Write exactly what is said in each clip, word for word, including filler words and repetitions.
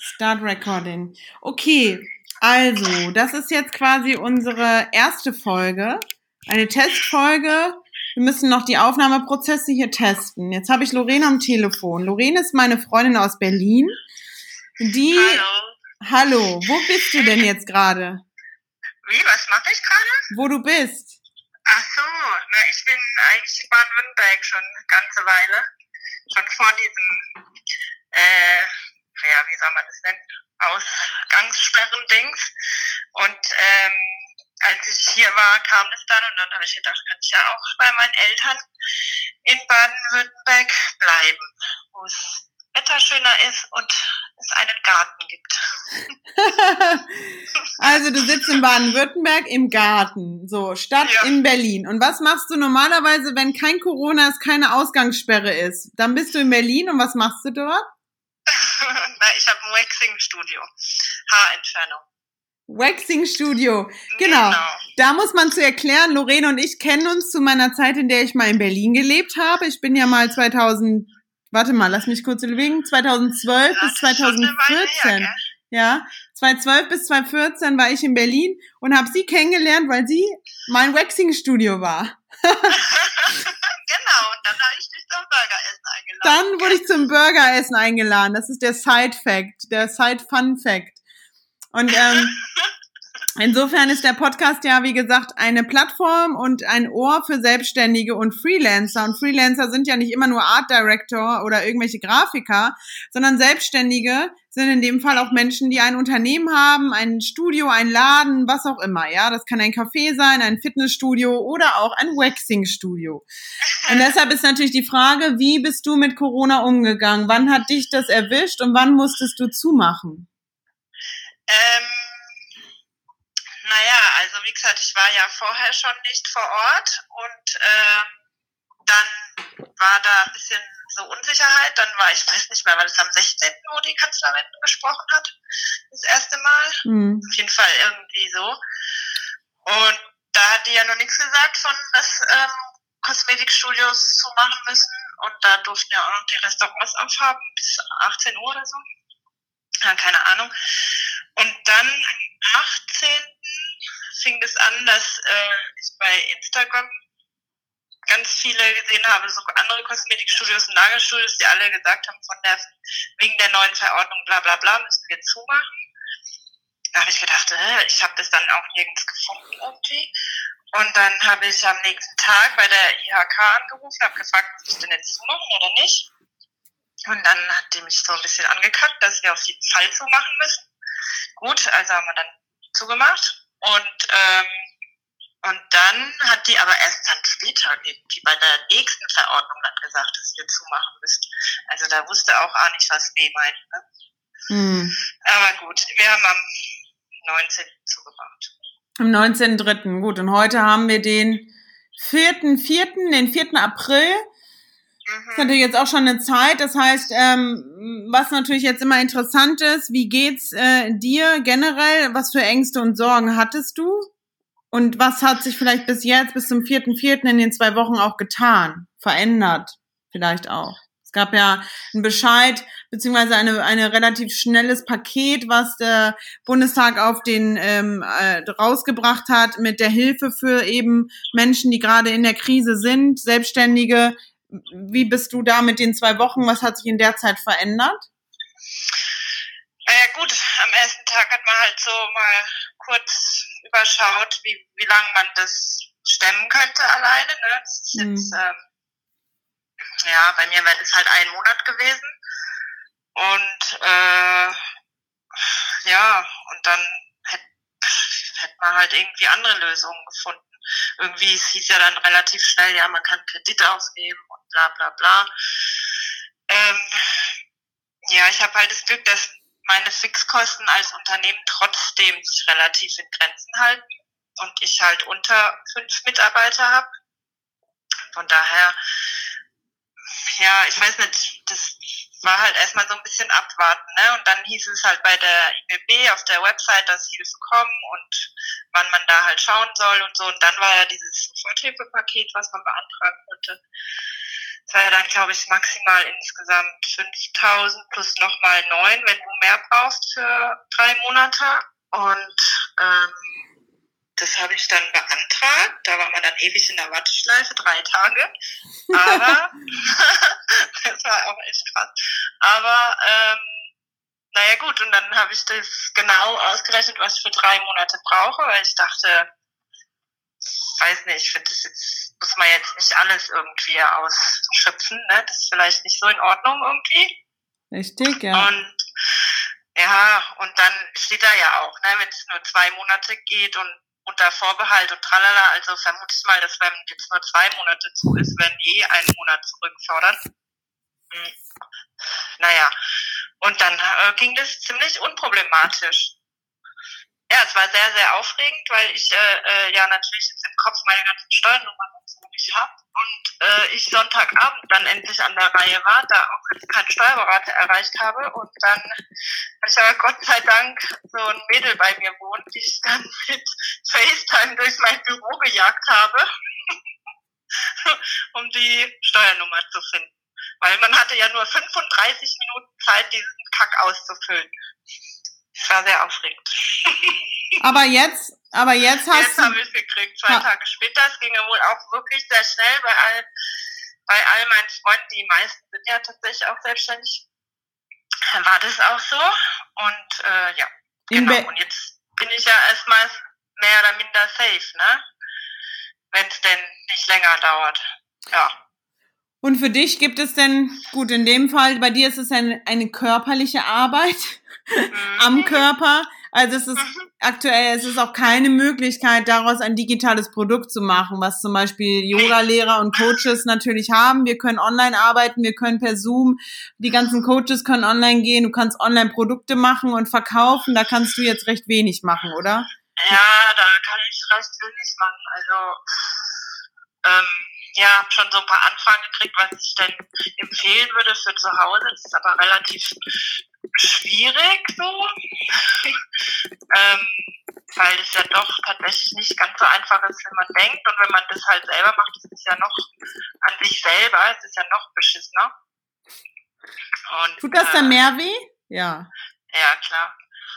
Start Recording. Okay, also, das ist jetzt quasi unsere erste Folge, eine Testfolge. Wir müssen noch die Aufnahmeprozesse hier testen. Jetzt habe ich Lorena am Telefon. Lorena ist meine Freundin aus Berlin. Die, Hallo. Hallo, wo bist du denn jetzt gerade? Wie, was mache ich gerade? Wo du bist? Ach so, na, ich bin eigentlich in Baden-Württemberg schon eine ganze Weile. Schon vor diesem, äh, ja, wie soll man das nennen? Ausgangssperren-Dings. Und ähm, als ich hier war, kam es dann und dann habe ich gedacht, kann ich ja auch bei meinen Eltern in Baden-Württemberg bleiben, wo es Wetter schöner ist und es einen Garten gibt. Also du sitzt in Baden-Württemberg im Garten, so, statt Ja. in Berlin. Und was machst du normalerweise, wenn kein Corona ist, keine Ausgangssperre ist? Dann bist du in Berlin und was machst du dort? Na, ich habe ein Waxing-Studio, Haarentfernung. Waxing-Studio, genau. Genau. Da muss man zu erklären, Lorena und ich kennen uns zu meiner Zeit, in der ich mal in Berlin gelebt habe. Ich bin ja mal zweitausend, warte mal, lass mich kurz überlegen, zweitausendzwölf Ja, bis das ist schon eine Weile zweitausendvierzehn. her, Ja, zweitausendzwölf bis zweitausendvierzehn war ich in Berlin und habe sie kennengelernt, weil sie mein Waxing-Studio war. Genau, und dann habe ich dich zum Burgeressen eingeladen. Dann wurde ich zum Burgeressen eingeladen. Das ist der Side-Fact, der Side-Fun-Fact. Und ähm, insofern ist der Podcast ja, wie gesagt, eine Plattform und ein Ohr für Selbstständige und Freelancer. Und Freelancer sind ja nicht immer nur Art Director oder irgendwelche Grafiker, sondern Selbstständige sind in dem Fall auch Menschen, die ein Unternehmen haben, ein Studio, ein Laden, was auch immer. Ja, das kann ein Café sein, ein Fitnessstudio oder auch ein Waxing-Studio. Und deshalb ist natürlich die Frage, wie bist du mit Corona umgegangen? Wann hat dich das erwischt und wann musstest du zumachen? Ähm, naja, also wie gesagt, ich war ja vorher schon nicht vor Ort und äh, dann war da ein bisschen so Unsicherheit. Dann war, ich weiß nicht mehr, weil es am sechzehnten wo die Kanzlerin gesprochen hat, das erste Mal. Hm. Auf jeden Fall irgendwie so. Und da hat die ja noch nichts gesagt von, dass ähm, Kosmetikstudios zu machen müssen. Und da durften ja auch noch die Restaurants aufhaben bis achtzehn Uhr oder so. Ja, keine Ahnung. Und dann am achtzehnten fing es an, dass äh, ich bei Instagram ganz viele gesehen habe, so andere Kosmetikstudios und Nagelstudios, die alle gesagt haben, von der, wegen der neuen Verordnung bla bla bla müssen wir zumachen. Da habe ich gedacht, äh, ich habe das dann auch nirgends gefunden irgendwie. Und dann habe ich am nächsten Tag bei der I H K angerufen, habe gefragt, muss ich denn jetzt zumachen oder nicht? Und dann hat die mich so ein bisschen angekackt, dass wir auf jeden Fall zumachen müssen. Gut, also haben wir dann zugemacht. Und ähm, und dann hat die aber erst dann später irgendwie bei der nächsten Verordnung dann gesagt, dass wir zumachen müssen. Also da wusste auch auch nicht, was die meint. Ne? Hm. Aber gut, wir haben am neunzehnten zugemacht. Am neunzehnten dritten Gut, und heute haben wir den vierten vierten, den vierten April. Das ist natürlich jetzt auch schon eine Zeit. Das heißt, ähm, was natürlich jetzt immer interessant ist, wie geht's äh, dir generell? Was für Ängste und Sorgen hattest du? Und was hat sich vielleicht bis jetzt, bis zum vierten vierten in den zwei Wochen auch getan? Verändert vielleicht auch. Es gab ja einen Bescheid, beziehungsweise eine, eine relativ schnelles Paket, was der Bundestag auf den ähm, äh, rausgebracht hat mit der Hilfe für eben Menschen, die gerade in der Krise sind, Selbstständige. Wie bist du da mit den zwei Wochen? Was hat sich in der Zeit verändert? Naja gut, am ersten Tag hat man halt so mal kurz überschaut, wie, wie lange man das stemmen könnte alleine. Ne? Das ist Mhm. jetzt, ähm, ja, bei mir wäre das halt ein Monat gewesen. Und äh, ja, und dann hätte hätt man halt irgendwie andere Lösungen gefunden. Irgendwie, es hieß ja dann relativ schnell, ja, man kann Kredite aufnehmen und bla bla bla. Ähm, ja, ich habe halt das Glück, dass meine Fixkosten als Unternehmen trotzdem sich relativ in Grenzen halten und ich halt unter fünf Mitarbeiter habe. Von daher, ja, ich weiß nicht, das war halt erstmal so ein bisschen abwarten, ne? Und dann hieß es halt bei der I B B auf der Website, dass Hilfe kommen und wann man da halt schauen soll und so. Und dann war ja dieses Soforthilfepaket, was man beantragen konnte. Das war ja dann, glaube ich, maximal insgesamt fünftausend plus nochmal neun, wenn du mehr brauchst für drei Monate. Und ähm, das habe ich dann beantragt. Da war man dann ewig in der Warteschleife, drei Tage. Aber, das war auch echt krass. Aber, ähm, naja gut, und dann habe ich das genau ausgerechnet, was ich für drei Monate brauche, weil ich dachte, weiß nicht, ich finde das jetzt, muss man jetzt nicht alles irgendwie ausschöpfen, ne? Das ist vielleicht nicht so in Ordnung irgendwie. Richtig, ja. Und ja, und dann steht da ja auch, ne, wenn es nur zwei Monate geht und unter Vorbehalt und tralala, also vermute ich mal, dass wenn jetzt nur zwei Monate zu ist, werden die eh einen Monat zurückfordern. Hm. Naja, und dann äh, ging das ziemlich unproblematisch. Ja, es war sehr, sehr aufregend, weil ich äh, äh, ja natürlich jetzt im Kopf meine ganzen Steuernummern und so nicht habe und äh, ich Sonntagabend dann endlich an der Reihe war, da auch keinen Steuerberater erreicht habe und dann ich aber Gott sei Dank so ein Mädel bei mir wohnt, die ich dann mit FaceTime durch mein Büro gejagt habe, um die Steuernummer zu finden. Weil man hatte ja nur fünfunddreißig Minuten Zeit, diesen Kack auszufüllen. Das war sehr aufregend. Aber jetzt, aber jetzt hast jetzt du... Jetzt habe ich es gekriegt, zwei ha- Tage später. Es ging ja wohl auch wirklich sehr schnell bei all, bei all meinen Freunden. Die meisten sind ja tatsächlich auch selbstständig. War das auch so. Und äh, ja, genau. Be- und jetzt bin ich ja erstmal mehr oder minder safe, ne? Wenn es denn nicht länger dauert. Ja. Und für dich gibt es denn, gut, in dem Fall, bei dir ist es eine, eine körperliche Arbeit mhm. am Körper. Also es ist mhm. aktuell, es ist auch keine Möglichkeit, daraus ein digitales Produkt zu machen, was zum Beispiel Yoga-Lehrer und Coaches natürlich haben. Wir können online arbeiten, wir können per Zoom, die ganzen Coaches können online gehen, du kannst online Produkte machen und verkaufen, da kannst du jetzt recht wenig machen, oder? Ja, da kann ich recht wenig machen. Also, ähm, ja, habe schon so ein paar Anfragen gekriegt, was ich denn empfehlen würde für zu Hause. Das ist aber relativ schwierig so, ähm, weil es ja doch tatsächlich nicht ganz so einfach ist, wie man denkt. Und wenn man das halt selber macht, ist es ja noch an sich selber, es ist ja noch beschissener. Und, tut das dann äh, mehr weh? Ja. Ja, klar.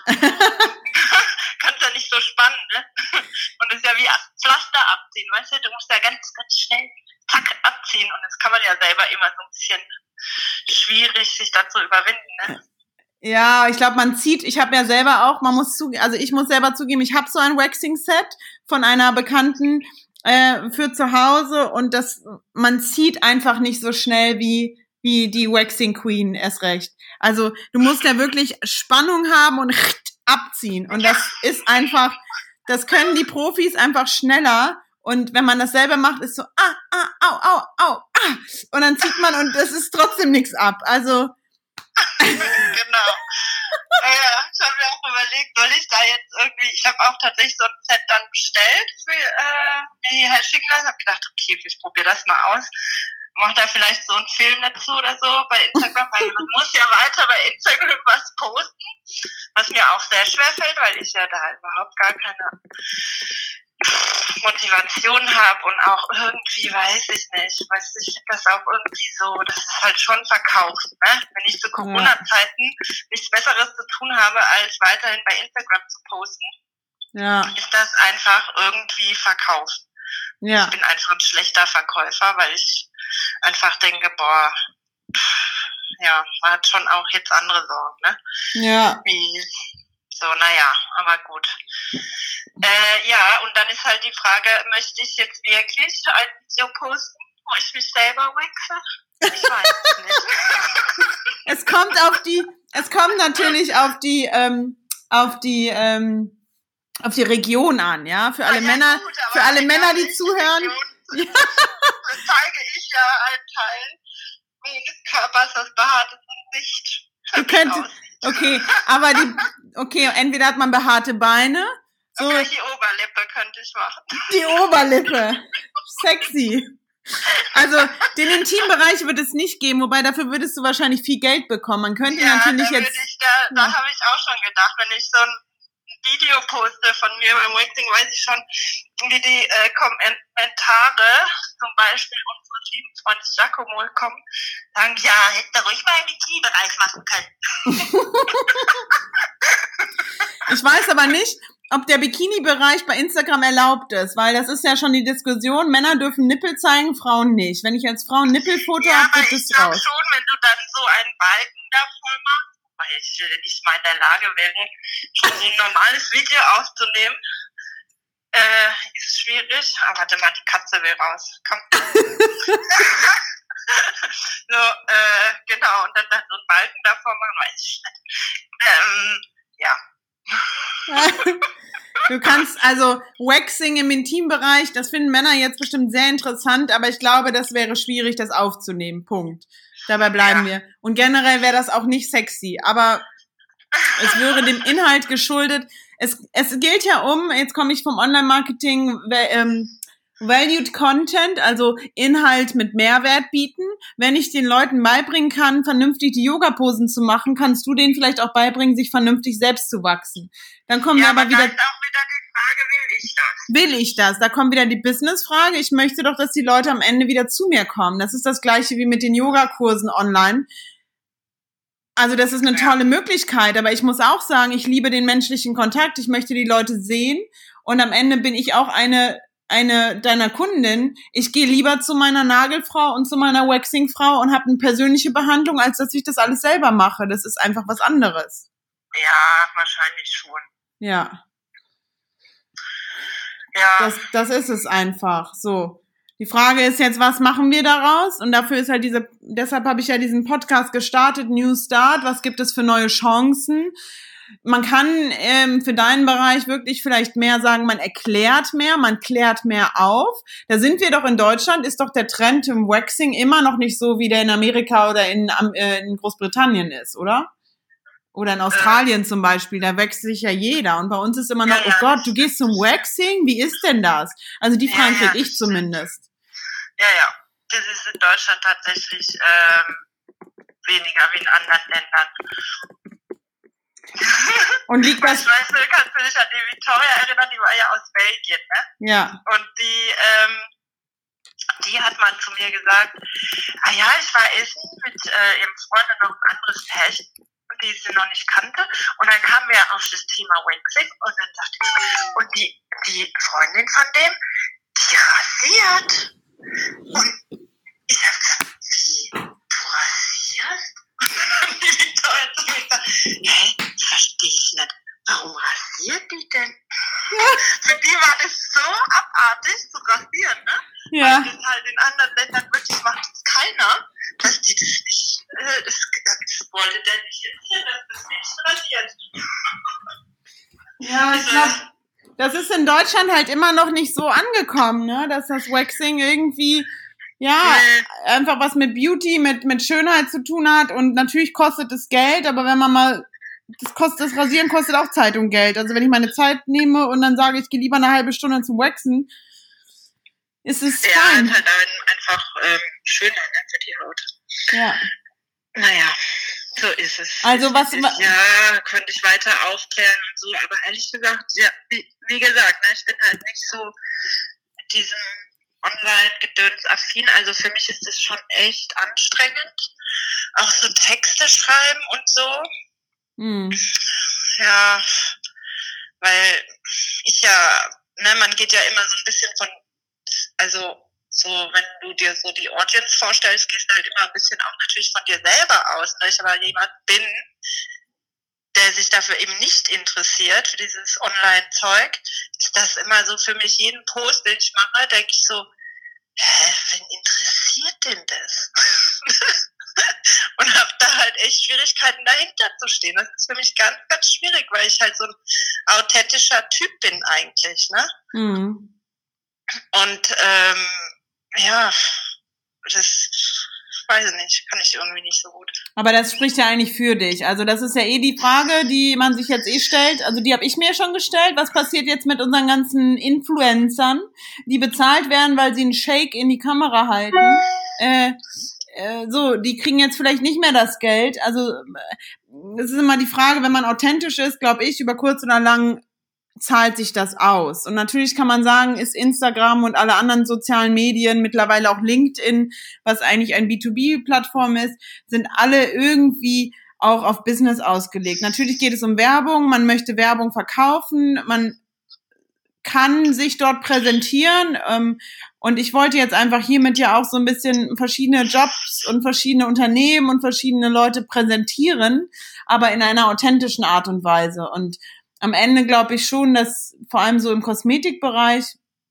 Kannst ja nicht so spannen, ne? Und es ist ja wie Pflaster abziehen, weißt du? Du musst ja ganz, ganz schnell zack abziehen und das kann man ja selber immer so ein bisschen schwierig sich dazu überwinden, ne? Ja, ich glaube, man zieht, ich habe ja selber auch, man muss zugeben, also ich muss selber zugeben, ich habe so ein Waxing-Set von einer Bekannten äh, für zu Hause und das, man zieht einfach nicht so schnell wie wie die Waxing Queen erst recht. Also du musst ja wirklich Spannung haben und abziehen und das ist einfach, das können die Profis einfach schneller und wenn man das selber macht, ist so ah, ah, au, au, au, ah und dann zieht man und das ist trotzdem nichts ab. Also genau. Ja, ich habe mir auch überlegt, soll ich da jetzt irgendwie, ich habe auch tatsächlich so ein Set dann bestellt für äh, die Hashing lassen, habe gedacht, okay, ich probiere das mal aus. Mach da vielleicht so einen Film dazu oder so bei Instagram, weil man muss ja weiter bei Instagram was posten, was mir auch sehr schwer fällt, weil ich ja da überhaupt gar keine Motivation habe und auch irgendwie, weiß ich nicht, weiß ich finde das auch irgendwie so, das ist halt schon verkauft, ne? Wenn ich zu Corona-Zeiten nichts Besseres zu tun habe, als weiterhin bei Instagram zu posten, ja. ist das einfach irgendwie verkauft. Ja. Ich bin einfach ein schlechter Verkäufer, weil ich einfach denke, boah, ja, man hat schon auch jetzt andere Sorgen, ne? Ja. Wie, so, naja, aber gut. Äh, ja, und dann ist halt die Frage, möchte ich jetzt wirklich ein Video posten, wo ich mich selber waxe? Ich weiß es nicht. Es kommt auf die, es kommt natürlich auf die, ähm, auf die, ähm, auf die Region an, ja, für alle ja, Männer, gut, für alle Männer, die zuhören. Ja. Zeige ich ja einen Teil meines Körpers, das behaart ist und nicht du könnt, okay, aber die, okay, entweder hat man behaarte Beine, so. Okay, die Oberlippe könnte ich machen. Die Oberlippe. Sexy. Also, den Intimbereich wird es nicht geben, wobei dafür würdest du wahrscheinlich viel Geld bekommen. Man könnte ja, natürlich da jetzt. Ich, da da ja. habe ich auch schon gedacht, wenn ich so ein Video poste von mir beim Waxing, weiß ich schon, wie die äh, Kommentare, zum Beispiel unseres lieben Freundes Giacomo kommen, sagen, ja, hätte ruhig mal im Bikini-Bereich machen können. Ich weiß aber nicht, ob der Bikini-Bereich bei Instagram erlaubt ist, weil das ist ja schon die Diskussion, Männer dürfen Nippel zeigen, Frauen nicht. Wenn ich als Frau ein Nippelfoto ja, habe, wird das raus. Ja, aber ich glaube schon, wenn du dann so einen Balken davor machst, weil ich nicht mal in der Lage wäre, schon so ein normales Video aufzunehmen, äh, ist schwierig. Aber warte mal, die Katze will raus. Komm. So, äh, genau, und dann, dann so einen Balken davor machen, weiß ich nicht. Ähm, ja. Du kannst, also Waxing im Intimbereich, das finden Männer jetzt bestimmt sehr interessant, aber ich glaube, das wäre schwierig, das aufzunehmen. Punkt. Dabei bleiben ja. wir. Und generell wäre das auch nicht sexy, aber es wäre dem Inhalt geschuldet. Es, es gilt ja um, jetzt komme ich vom Online-Marketing, ähm, Valued Content, also Inhalt mit Mehrwert bieten. Wenn ich den Leuten beibringen kann, vernünftig die Yoga-Posen zu machen, kannst du denen vielleicht auch beibringen, sich vernünftig selbst zu wachsen. Dann kommen ja, wir aber, aber wieder... Da ist auch wieder die Frage, will ich das? Will ich das? Da kommt wieder die Business-Frage. Ich möchte doch, dass die Leute am Ende wieder zu mir kommen. Das ist das Gleiche wie mit den Yogakursen online. Also das ist eine ja. tolle Möglichkeit, aber ich muss auch sagen, ich liebe den menschlichen Kontakt. Ich möchte die Leute sehen und am Ende bin ich auch eine eine deiner Kundin. Ich gehe lieber zu meiner Nagelfrau und zu meiner Waxing-Frau und habe eine persönliche Behandlung, als dass ich das alles selber mache. Das ist einfach was anderes. Ja, wahrscheinlich schon. Ja. Ja. Das, das ist es einfach. So. Die Frage ist jetzt, was machen wir daraus? Und dafür ist halt diese, deshalb habe ich ja diesen Podcast gestartet, New Start. Was gibt es für neue Chancen? Man kann ähm, für deinen Bereich wirklich vielleicht mehr sagen, man erklärt mehr, man klärt mehr auf. Da sind wir doch in Deutschland, ist doch der Trend im Waxing immer noch nicht so, wie der in Amerika oder in, äh, in Großbritannien ist, oder? Oder in Australien äh, zum Beispiel, da wächst sich ja jeder. Und bei uns ist immer noch, ja, ja, oh Gott, du gehst zum Waxing? Wie ist denn das? Also die Fragen ja, ja, kriege ich zumindest. Ja, ja, das ist in Deutschland tatsächlich ähm, weniger wie in anderen Ländern. Und liegt das... Ich weiß, du kannst du dich an die Victoria erinnern, die war ja aus Belgien, ne? Ja. Und die, ähm, die hat mal zu mir gesagt, ah ja, ich war essen mit äh, ihrem Freund und noch ein anderes Pärchen, die sie noch nicht kannte. Und dann kamen wir auf das Thema Waxing und dann dachte ich, und die, die Freundin von dem, die rasiert. Und ich hab gesagt, wie, du rasierst? Und die Victoria zu mir gesagt, hä, verstehe ich nicht. Warum rasiert die denn? Ja. Für die war das so abartig zu rasieren, ne? Ja. Weil das halt in anderen Ländern wirklich macht das keiner, dass die das nicht, äh, das, das wollte der nicht interessieren, dass das nicht rasiert. Ja, ich glaube, das ist in Deutschland halt immer noch nicht so angekommen, ne? Dass das Waxing irgendwie, ja, nee. einfach was mit Beauty, mit, mit Schönheit zu tun hat und natürlich kostet es Geld, aber wenn man mal Das kostet, das Rasieren kostet auch Zeit und Geld. Also wenn ich meine Zeit nehme und dann sage, ich gehe lieber eine halbe Stunde zum Waxen, ist es ja, fein. Ja, ist halt einfach ähm, schöner, ne, für die Haut. Ja. Naja, so ist es. Also was... Ist, ja, könnte ich weiter aufklären und so, aber ehrlich gesagt, ja, wie, wie gesagt, ne, ich bin halt nicht so mit diesem Online-Gedöns affin. Also für mich ist das schon echt anstrengend. Auch so Texte schreiben und so. Hm. Ja, weil ich ja, ne, man geht ja immer so ein bisschen von, also so, wenn du dir so die Audience vorstellst, gehst du halt immer ein bisschen auch natürlich von dir selber aus, weil ich aber jemand bin, der sich dafür eben nicht interessiert, für dieses Online-Zeug, ist das immer so für mich, jeden Post, den ich mache, denke ich so, hä, wen interessiert denn das? Und habe da halt echt Schwierigkeiten dahinter zu stehen. Das ist für mich ganz, ganz schwierig, weil ich halt so ein authentischer Typ bin eigentlich, ne? Mhm. Und ähm, ja, das weiß ich nicht, kann ich irgendwie nicht so gut. Aber das spricht ja eigentlich für dich. Also das ist ja eh die Frage, die man sich jetzt eh stellt. Also die habe ich mir schon gestellt. Was passiert jetzt mit unseren ganzen Influencern, die bezahlt werden, weil sie einen Shake in die Kamera halten? Äh, äh, so, die kriegen jetzt vielleicht nicht mehr das Geld. Also es ist immer die Frage, wenn man authentisch ist, glaube ich, über kurz oder lang zahlt sich das aus. Und natürlich kann man sagen, ist Instagram und alle anderen sozialen Medien, mittlerweile auch LinkedIn, was eigentlich ein B zwei B-Plattform ist, sind alle irgendwie auch auf Business ausgelegt. Natürlich geht es um Werbung, man möchte Werbung verkaufen, man kann sich dort präsentieren, ähm, und ich wollte jetzt einfach hiermit ja auch so ein bisschen verschiedene Jobs und verschiedene Unternehmen und verschiedene Leute präsentieren, aber in einer authentischen Art und Weise. Und am Ende glaube ich schon, dass vor allem so im Kosmetikbereich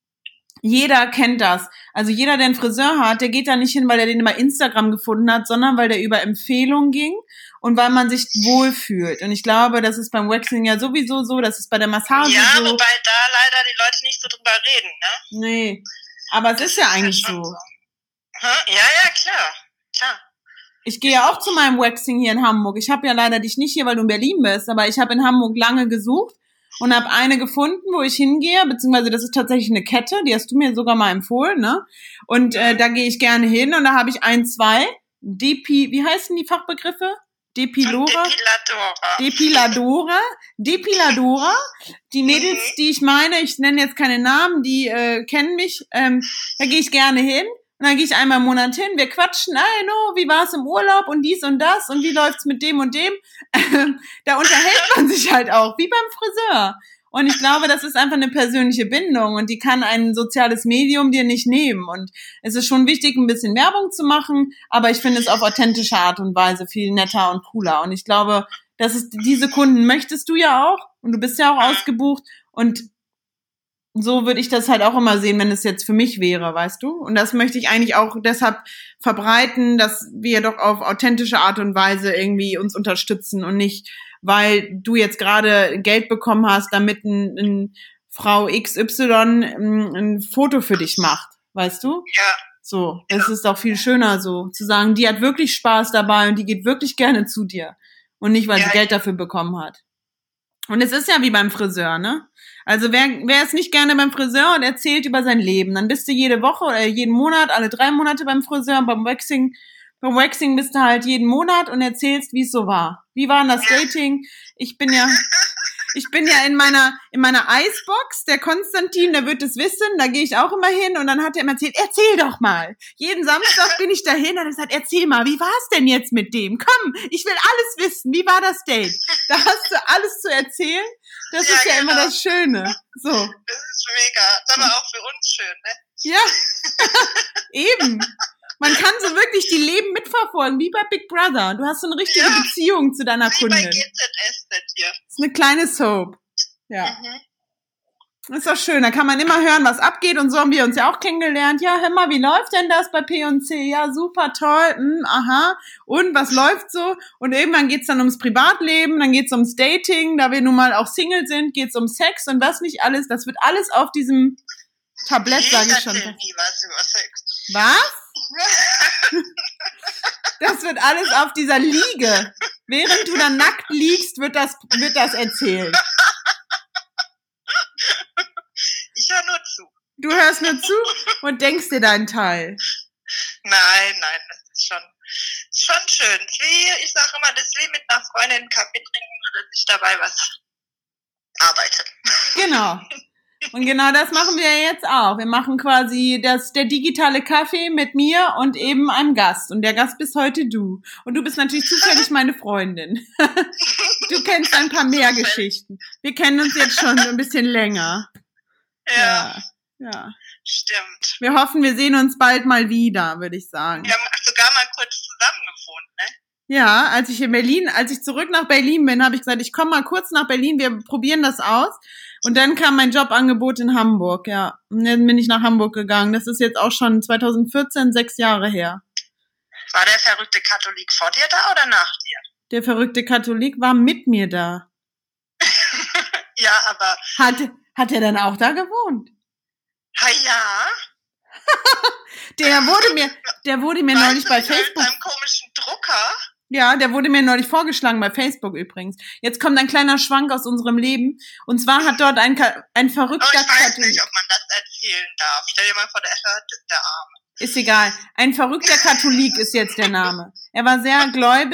jeder kennt das. Also jeder, der einen Friseur hat, der geht da nicht hin, weil er den über Instagram gefunden hat, sondern weil der über Empfehlungen ging und weil man sich wohlfühlt. Und ich glaube, das ist beim Waxing ja sowieso so, das ist bei der Massage ja, so. Ja, wobei da leider die Leute nicht so drüber reden, ne? Nee, aber es das ist ja ist eigentlich ja so. so. Ja, ja, klar, klar. Ich gehe ja auch zu meinem Waxing hier in Hamburg. Ich habe ja leider dich nicht hier, weil du in Berlin bist, aber ich habe in Hamburg lange gesucht und habe eine gefunden, wo ich hingehe, beziehungsweise das ist tatsächlich eine Kette, die hast du mir sogar mal empfohlen, ne? Und äh, da gehe ich gerne hin und da habe ich ein, zwei, Depi, wie heißen die Fachbegriffe? Depilora? Depiladora. Depiladora. Depiladora. Die Mädels, Mhm. die ich meine, ich nenne jetzt keine Namen, die äh, kennen mich, ähm, da gehe ich gerne hin. Und dann gehe ich einmal im Monat hin, wir quatschen, hey, no, wie war's im Urlaub und dies und das und wie läuft's mit dem und dem. Da unterhält man sich halt auch, wie beim Friseur. Und ich glaube, das ist einfach eine persönliche Bindung und die kann ein soziales Medium dir nicht nehmen. Und es ist schon wichtig, ein bisschen Werbung zu machen, aber ich finde es auf authentische Art und Weise viel netter und cooler. Und ich glaube, das ist, diese Kunden möchtest du ja auch und du bist ja auch ausgebucht und so würde ich das halt auch immer sehen, wenn es jetzt für mich wäre, weißt du? Und das möchte ich eigentlich auch deshalb verbreiten, dass wir doch auf authentische Art und Weise irgendwie uns unterstützen und nicht, weil du jetzt gerade Geld bekommen hast, damit ein, ein Frau X Y ein, ein Foto für dich macht, weißt du? Ja. So, das ist doch viel schöner so, zu sagen, die hat wirklich Spaß dabei und die geht wirklich gerne zu dir und nicht, weil ja, sie Geld dafür bekommen hat. Und es ist ja wie beim Friseur, ne? Also wer, wer ist nicht gerne beim Friseur und erzählt über sein Leben? Dann bist du jede Woche oder jeden Monat, alle drei Monate beim Friseur und beim Waxing, beim Waxing bist du halt jeden Monat und erzählst, wie es so war. Wie war denn das Dating? Ich bin ja, ich bin ja in meiner, in meiner Icebox, der Konstantin, der wird es wissen, da gehe ich auch immer hin und dann hat er immer erzählt, erzähl doch mal. Jeden Samstag bin ich dahin und er hat gesagt, erzähl mal, wie war es denn jetzt mit dem? Komm, ich will alles wissen, wie war das Date? Da hast du alles zu erzählen. Das ja, ist ja genau. immer das Schöne. So. Das ist mega. Das ist aber auch für uns schön, ne? Ja, eben. Man kann so wirklich die Leben mitverfolgen, wie bei Big Brother. Du hast so eine richtige ja. Beziehung zu deiner wie Kundin. Bei G Z S Z hier. Das ist eine kleine Soap. Ja. Mhm. Das ist doch schön, da kann man immer hören, was abgeht und so haben wir uns ja auch kennengelernt. Ja, hör mal, wie läuft denn das bei P und C? Ja, super, toll, hm, aha. Und was läuft so? Und irgendwann geht's dann ums Privatleben, dann geht's ums Dating, da wir nun mal auch Single sind, geht's um Sex und was nicht alles. Das wird alles auf diesem Tablett, sage ich schon. Ich erzähl nie was über Sex. Was? Das wird alles auf dieser Liege. Während du dann nackt liegst, wird das, wird das erzählt. Ich höre nur zu. Du hörst nur zu und denkst dir deinen Teil. Nein, nein, das ist schon, schon schön. Wie, ich sage immer, das ist wie mit einer Freundin einen Kaffee trinken, dass ich dabei was arbeite. Genau. Und genau das machen wir jetzt auch. Wir machen quasi das, der digitale Kaffee mit mir und eben einem Gast. Und der Gast bist heute du. Und du bist natürlich zufällig meine Freundin. Du kennst ein paar mehr Geschichten. Wir kennen uns jetzt schon ein bisschen länger. Ja. Ja. Ja. Stimmt. Wir hoffen, wir sehen uns bald mal wieder, würde ich sagen. Wir haben sogar mal kurz zusammen gewohnt, ne? Ja, als ich in Berlin, als ich zurück nach Berlin bin, habe ich gesagt, ich komme mal kurz nach Berlin, wir probieren das aus. Und dann kam mein Jobangebot in Hamburg, ja. Und dann bin ich nach Hamburg gegangen. Das ist jetzt auch schon zwanzig vierzehn, sechs Jahre her. War der verrückte Katholik vor dir da oder nach dir? Der verrückte Katholik war mit mir da. Ja, aber... Hat, hat er dann auch da gewohnt? Ha, ja. Der wurde mir, der wurde mir weißt neulich du, bei mit Facebook... einem komischen Drucker... Ja, der wurde mir neulich vorgeschlagen bei Facebook übrigens. Jetzt kommt ein kleiner Schwank aus unserem Leben. Und zwar hat dort ein, ein verrückter oh, ich weiß Katholik... nicht, ob man das erzählen darf. Stell dir mal vor, der hört der Arme. Ist egal. Ein verrückter Katholik ist jetzt der Name. Er war sehr gläubig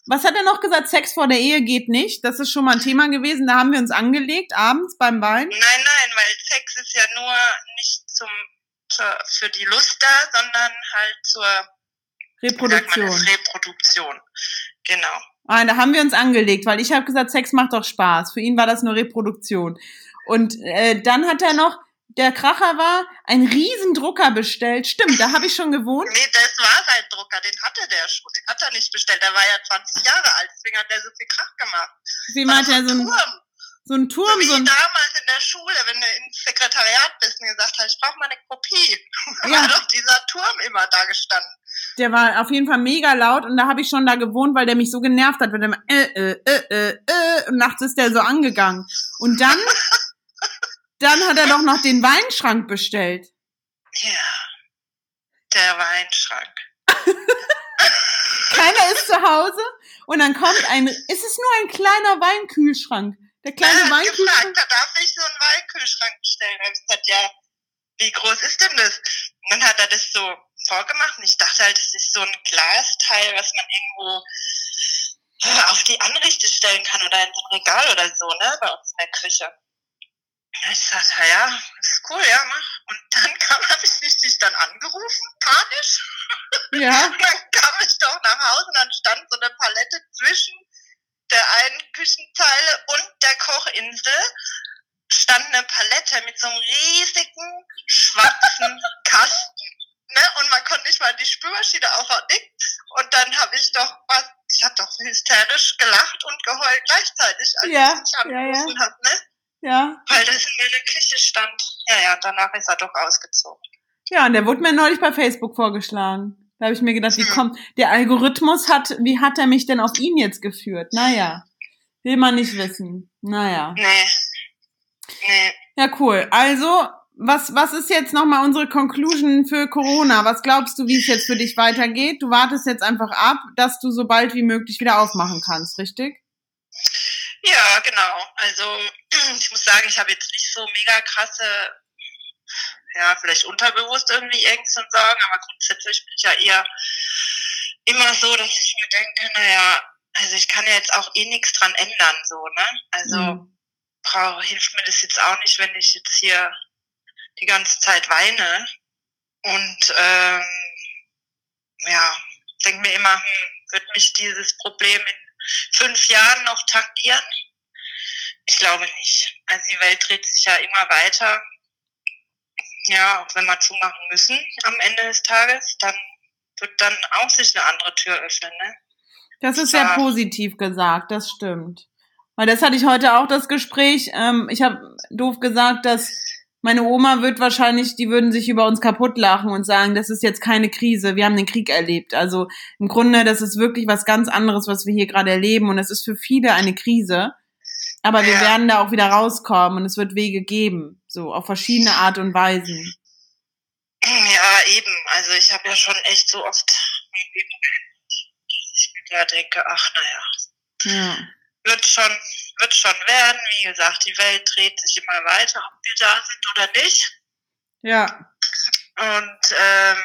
Was hat er noch gesagt? Sex vor der Ehe geht nicht. Das ist schon mal ein Thema gewesen. Da haben wir uns angelegt, abends beim Wein. Nein, nein, weil Sex ist ja nur nicht zum, zur, für die Lust da, sondern halt zur Reproduktion. Sagt man, Reproduktion. Genau. Ah, da haben wir uns angelegt, weil ich habe gesagt, Sex macht doch Spaß. Für ihn war das nur Reproduktion. Und äh, dann hat er noch, der Kracher war, ein Riesendrucker bestellt. Stimmt, da habe ich schon gewohnt. Nee, das war sein Drucker, den hatte der schon. Den hat er nicht bestellt. Der war ja zwanzig Jahre alt, deswegen hat er so viel Krach gemacht. Wie meint er, so ein Turm? So ein Turm, so wie so ein damals in der Schule, wenn du ins Sekretariat bist und gesagt hast, ich brauche mal eine Kopie. Da Ja. war doch dieser Turm immer da gestanden. Der war auf jeden Fall mega laut und da habe ich schon da gewohnt, weil der mich so genervt hat, weil der immer äh, äh, äh, äh, äh, und nachts ist der so angegangen. Und dann, dann hat er doch noch den Weinschrank bestellt. Ja, der Weinschrank. Keiner ist zu Hause und dann kommt ein, es ist nur ein kleiner Weinkühlschrank. Der kleine er hat Weinkühlschrank. gefragt, da darf ich so einen Weinkühlschrank bestellen. Da hab ich gesagt, ja, wie groß ist denn das? Und dann hat er das so vorgemacht und ich dachte halt, das ist so ein Glasteil, was man irgendwo auf die Anrichte stellen kann oder in so ein Regal oder so, ne, bei uns in der Küche. Und ich sagte, ja, das ist cool, ja, mach. Und dann kam, habe ich dich dann angerufen, panisch. Ja. Und dann kam ich doch nach Hause und dann stand so eine Palette zwischen der einen Küchenzeile und der Kochinsel, stand eine Palette mit so einem riesigen, schwarzen Kasten. Ne? Und man konnte nicht mal die Spülmaschine aufhalten. Und dann habe ich doch, was, ich habe doch hysterisch gelacht und geheult gleichzeitig, als Ja, ich dich angerufen ja, ja. habe, ne? Ja. Weil das in meiner Küche stand. Ja, ja, danach ist er doch ausgezogen. Ja, und der wurde mir neulich bei Facebook vorgeschlagen. Da habe ich mir gedacht, wie Hm. kommt, der Algorithmus hat, wie hat er mich denn auf ihn jetzt geführt? Naja, will man nicht wissen. Naja. Nee. Nee. Ja, cool. Also, was, was ist jetzt nochmal unsere Conclusion für Corona? Was glaubst du, wie es jetzt für dich weitergeht? Du wartest jetzt einfach ab, dass du so bald wie möglich wieder aufmachen kannst, richtig? Ja, genau. Also ich muss sagen, ich habe jetzt nicht so mega krasse, ja, vielleicht unterbewusst irgendwie Ängste und Sorgen, aber grundsätzlich bin ich ja eher immer so, dass ich mir denke, naja, also ich kann ja jetzt auch eh nichts dran ändern, so, ne? Also Mhm. brauch, hilft mir das jetzt auch nicht, wenn ich jetzt hier die ganze Zeit weine. Und ähm, ja, denke mir immer, hm, wird mich dieses Problem in fünf Jahren noch tangieren? Ich glaube nicht. Also die Welt dreht sich ja immer weiter. Ja, auch wenn wir zumachen müssen am Ende des Tages, dann wird dann auch sich eine andere Tür öffnen, ne? Das ist sehr Ja. positiv gesagt, das stimmt. Weil das hatte ich heute auch, das Gespräch. Ähm, ich habe doof gesagt, dass meine Oma wird wahrscheinlich, die würden sich über uns kaputt lachen und sagen, das ist jetzt keine Krise, wir haben den Krieg erlebt. Also im Grunde, das ist wirklich was ganz anderes, was wir hier gerade erleben und es ist für viele eine Krise. Aber wir Ja. werden da auch wieder rauskommen und es wird Wege geben, so auf verschiedene Art und Weisen. Ja, eben. Also ich habe ja schon echt so oft mein Leben geändert, dass ich mir da denke, ach naja, Ja. wird schon, wird schon werden. Wie gesagt, die Welt dreht sich immer weiter, ob wir da sind oder nicht. Ja. Und ähm,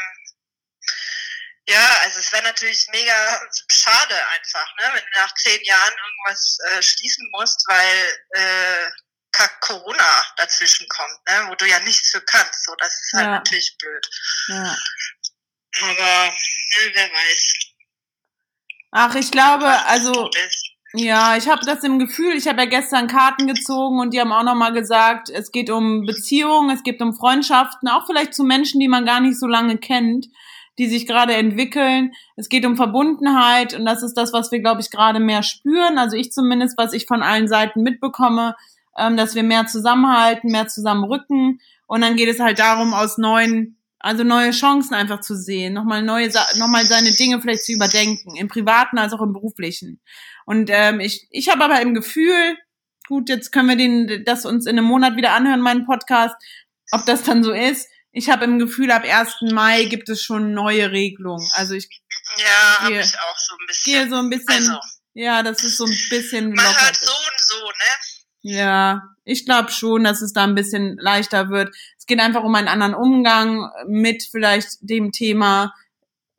ja, also es wäre natürlich mega schade einfach, ne, wenn du nach zehn Jahren irgendwas äh, schließen musst, weil äh, Kack Corona dazwischen kommt, ne, wo du ja nichts für kannst. So, das ist halt Ja. natürlich blöd. Ja. Aber ne, wer weiß. Ach, ich glaube, was also gut ist. ja, ich habe das im Gefühl, ich habe ja gestern Karten gezogen und die haben auch nochmal gesagt, es geht um Beziehungen, es geht um Freundschaften, auch vielleicht zu Menschen, die man gar nicht so lange kennt, die sich gerade entwickeln. Es geht um Verbundenheit und das ist das, was wir, glaube ich, gerade mehr spüren. Also ich zumindest, was ich von allen Seiten mitbekomme, ähm, dass wir mehr zusammenhalten, mehr zusammenrücken und dann geht es halt darum, aus neuen, also neue Chancen einfach zu sehen, nochmal neue, nochmal seine Dinge vielleicht zu überdenken, im Privaten als auch im Beruflichen. Und ähm, ich, ich habe aber im Gefühl, gut, jetzt können wir den, das uns in einem Monat wieder anhören, meinen Podcast, ob das dann so ist. Ich habe im Gefühl, ab ersten Mai gibt es schon neue Regelungen. Also ich Ja, habe gehe- ich auch so ein bisschen. gehe so ein bisschen, Also, ja, das ist so ein bisschen man gelockert. hört so und so, ne? Ja, ich glaube schon, dass es da ein bisschen leichter wird. Es geht einfach um einen anderen Umgang mit vielleicht dem Thema,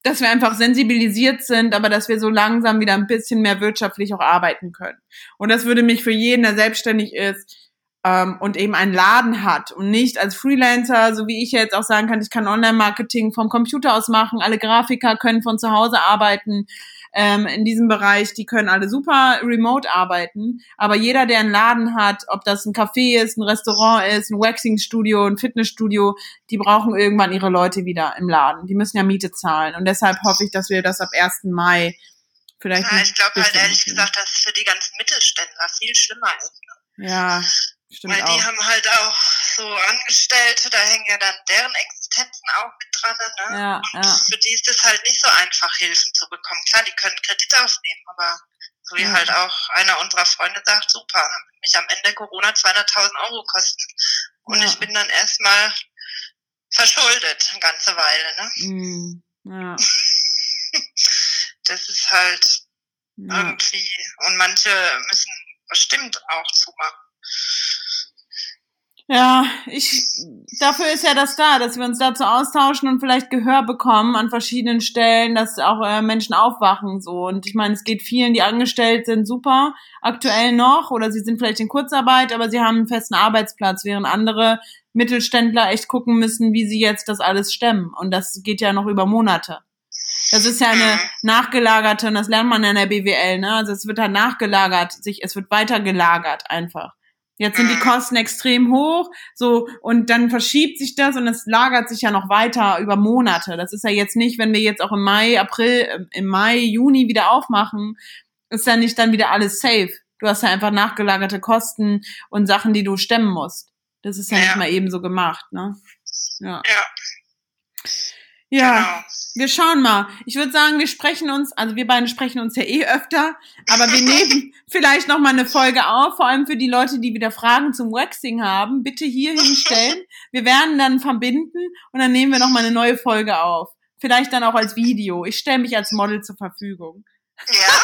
dass wir einfach sensibilisiert sind, aber dass wir so langsam wieder ein bisschen mehr wirtschaftlich auch arbeiten können. Und das würde mich für jeden, der selbstständig ist, ähm, und eben einen Laden hat und nicht als Freelancer, so wie ich jetzt auch sagen kann, ich kann Online-Marketing vom Computer aus machen, alle Grafiker können von zu Hause arbeiten, ähm, in diesem Bereich, die können alle super remote arbeiten, aber jeder, der einen Laden hat, ob das ein Café ist, ein Restaurant ist, ein Waxing-Studio, ein Fitnessstudio, die brauchen irgendwann ihre Leute wieder im Laden. Die müssen ja Miete zahlen und deshalb hoffe ich, dass wir das ab ersten Mai vielleicht... Ja, ich glaube halt ehrlich gesagt, dass es für die ganzen Mittelständler viel schlimmer ist. Ne? Ja, stimmt Weil auch. die haben halt auch so Angestellte, da hängen ja dann deren Existenzen auch mit dran. Ne? Ja, und ja. für die ist es halt nicht so einfach, Hilfen zu bekommen. Klar, die können Kredit aufnehmen, aber so wie Ja. halt auch einer unserer Freunde sagt, super, dann wird mich am Ende Corona zweihunderttausend Euro kosten und Ja. ich bin dann erstmal verschuldet eine ganze Weile. Ne? Mm, ja, Das ist halt ja. irgendwie, und manche müssen bestimmt auch zumachen. Ja, ich, dafür ist ja das da, dass wir uns dazu austauschen und vielleicht Gehör bekommen an verschiedenen Stellen, dass auch äh, Menschen aufwachen, so. Und ich meine, es geht vielen, die angestellt sind, super, aktuell noch, oder sie sind vielleicht in Kurzarbeit, aber sie haben einen festen Arbeitsplatz, während andere Mittelständler echt gucken müssen, wie sie jetzt das alles stemmen. Und das geht ja noch über Monate. Das ist ja eine nachgelagerte, und das lernt man ja in der B W L, ne? Also es wird halt nachgelagert, sich, es wird weiter gelagert einfach. Jetzt sind die Kosten extrem hoch, so, und dann verschiebt sich das und es lagert sich ja noch weiter über Monate. Das ist ja jetzt nicht, wenn wir jetzt auch im Mai, April, im Mai, Juni wieder aufmachen, ist ja nicht dann wieder alles safe. Du hast ja einfach nachgelagerte Kosten und Sachen, die du stemmen musst. Das ist ja, ja. nicht mal eben so gemacht, ne? Ja. Ja. Ja. Genau. Wir schauen mal. Ich würde sagen, wir sprechen uns, also wir beide sprechen uns ja eh öfter, aber wir nehmen vielleicht noch mal eine Folge auf, vor allem für die Leute, die wieder Fragen zum Waxing haben, bitte hier hinstellen. Wir werden dann verbinden und dann nehmen wir noch mal eine neue Folge auf. Vielleicht dann auch als Video. Ich stelle mich als Model zur Verfügung. Ja?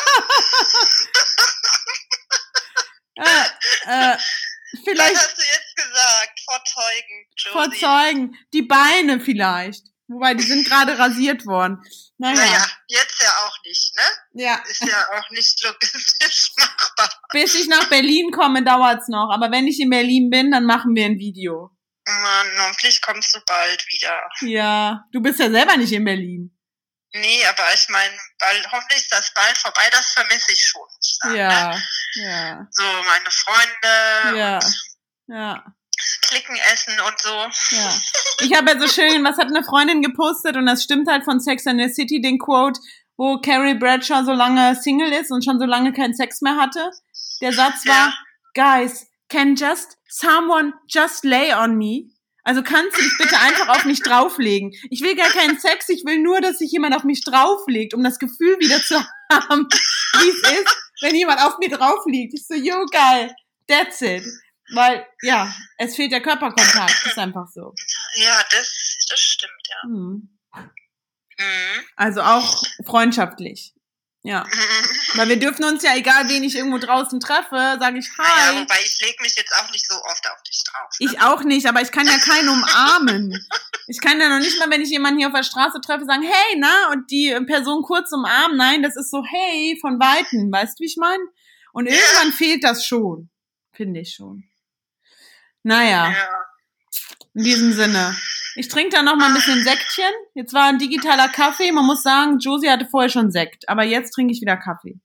äh, äh, vielleicht. Was hast du jetzt gesagt? Vor Zeugen, Josie. Vor Zeugen. Die Beine vielleicht. Wobei, die sind gerade rasiert worden. Naja. Naja, jetzt ja auch nicht, ne? Ja. Ist ja auch nicht logistisch machbar. Bis ich nach Berlin komme, dauert's noch. Aber wenn ich in Berlin bin, dann machen wir ein Video. Mann, hoffentlich kommst du bald wieder. Ja, du bist ja selber nicht in Berlin. Nee, aber ich meine, bald, hoffentlich ist das bald vorbei, das vermisse ich schon. Sagen, Ja, ne? ja. So, meine Freunde Ja, und ja. Klicken essen und so. Ja. Ich habe ja so schön, was hat eine Freundin gepostet und das stimmt halt von Sex and the City, den Quote, wo Carrie Bradshaw so lange Single ist und schon so lange keinen Sex mehr hatte. Der Satz war, Ja. Guys, can just someone just lay on me? Also kannst du dich bitte einfach auf mich drauflegen? Ich will gar keinen Sex, ich will nur, dass sich jemand auf mich drauflegt, um das Gefühl wieder zu haben, wie es ist, wenn jemand auf mir drauf liegt. Ich so, yo, geil, that's it. Weil, ja, es fehlt der Körperkontakt, ist einfach so. Ja, das, das stimmt, ja. Hm. Mhm. Also auch freundschaftlich. Ja. Weil wir dürfen uns ja, egal wen ich irgendwo draußen treffe, sage ich Naja, Hi. wobei ich leg mich jetzt auch nicht so oft auf dich drauf. Ne? Ich auch nicht, aber ich kann ja keinen umarmen. Ich kann ja noch nicht mal, wenn ich jemanden hier auf der Straße treffe, sagen, hey, na, und die Person kurz umarmen. Nein, das ist so, hey, von Weitem. Weißt du, wie ich meine? Und irgendwann fehlt das schon. Finde ich schon. Naja, Ja. in diesem Sinne. Ich trinke da noch mal ein bisschen Sektchen. Jetzt war ein digitaler Kaffee. Man muss sagen, Josie hatte vorher schon Sekt. Aber jetzt trinke ich wieder Kaffee.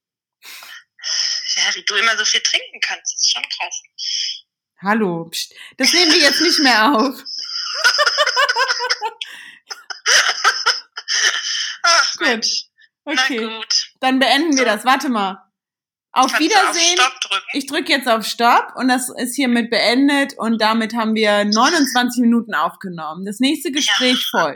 Ja, wie du immer so viel trinken kannst, ist schon krass. Hallo, pst. Das nehmen wir jetzt nicht mehr auf. Ach, Gut. Mensch. Okay, Na gut. dann beenden wir das. Warte mal. Auf Kannst Wiedersehen. Du auf Stopp drücken? Ich drücke jetzt auf Stopp und das ist hiermit beendet und damit haben wir neunundzwanzig Minuten aufgenommen. Das nächste Gespräch folgt.